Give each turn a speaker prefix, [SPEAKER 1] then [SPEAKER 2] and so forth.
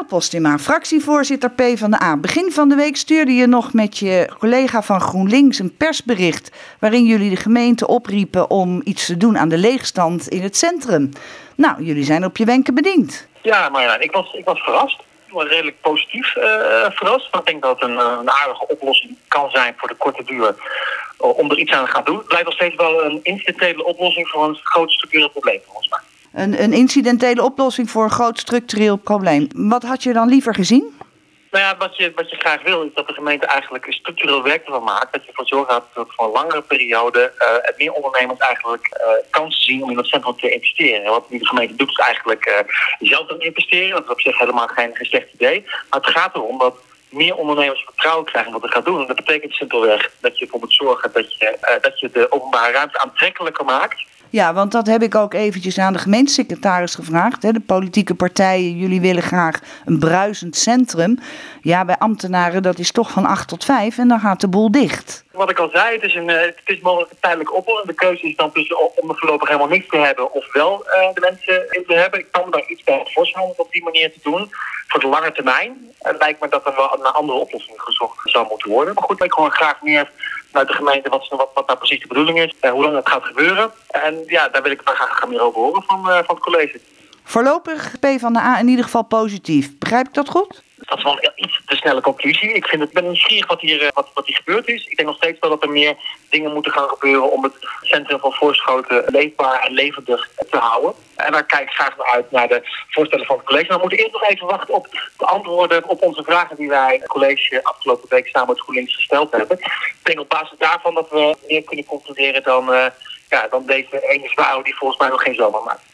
[SPEAKER 1] Marcel Postema, fractievoorzitter PvdA. Begin van de week stuurde je nog met je collega van GroenLinks een persbericht waarin jullie de gemeente opriepen om iets te doen aan de leegstand in het centrum. Nou, jullie zijn op je wenken bediend.
[SPEAKER 2] Ja, maar ja, ik was verrast. Ik was redelijk positief verrast. Ik denk dat het een aardige oplossing kan zijn voor de korte duur om er iets aan te gaan doen. Het blijft nog steeds wel een incidentele oplossing voor een groot structureel probleem volgens mij.
[SPEAKER 1] Een incidentele oplossing voor een groot structureel probleem. Wat had je dan liever gezien?
[SPEAKER 2] Nou ja, wat je graag wil is dat de gemeente eigenlijk een structureel werk ervan maakt. Dat je ervoor zorgt dat voor een langere periode meer ondernemers eigenlijk kansen zien om in het centrum te investeren. Wat de gemeente doet is eigenlijk zelf aan investeren. Dat is op zich helemaal geen slecht idee. Maar het gaat erom dat meer ondernemers vertrouwen krijgen wat er gaat doen. En dat betekent simpelweg dat je ervoor moet zorgen dat je de openbare ruimte aantrekkelijker maakt.
[SPEAKER 1] Ja, want dat heb ik ook eventjes aan de gemeentesecretaris gevraagd. De politieke partijen, jullie willen graag een bruisend centrum. Ja, bij ambtenaren dat is toch van 8 tot 5 en dan gaat de boel dicht.
[SPEAKER 2] Wat ik al zei, het is mogelijk een tijdelijke oplossing. De keuze is dan tussen om er voorlopig helemaal niks te hebben of wel de mensen in te hebben. Ik kan me daar iets bij voorstellen om op die manier te doen. Voor de lange termijn lijkt me dat er wel naar andere oplossingen gezocht zou moeten worden. Maar goed, ik gewoon graag meer uit de gemeente wat nou precies de bedoeling is, hoe lang dat gaat gebeuren. En ja, daar wil ik graag meer over horen van het college.
[SPEAKER 1] Voorlopig PvdA in ieder geval positief. Begrijp ik dat goed?
[SPEAKER 2] Dat is wel een iets te snelle conclusie. Ik ben nieuwsgierig wat hier gebeurd is. Ik denk nog steeds wel dat er meer dingen moeten gaan gebeuren om het centrum van Voorschoten leefbaar en levendig te houden. En daar kijk ik graag naar de voorstellen van het college. Maar we moeten eerst nog even wachten op de antwoorden op onze vragen die wij het college afgelopen week samen met GroenLinks gesteld hebben. Ik denk op basis daarvan dat we meer kunnen concluderen dan deze ene zwaar die volgens mij nog geen zomer maakt.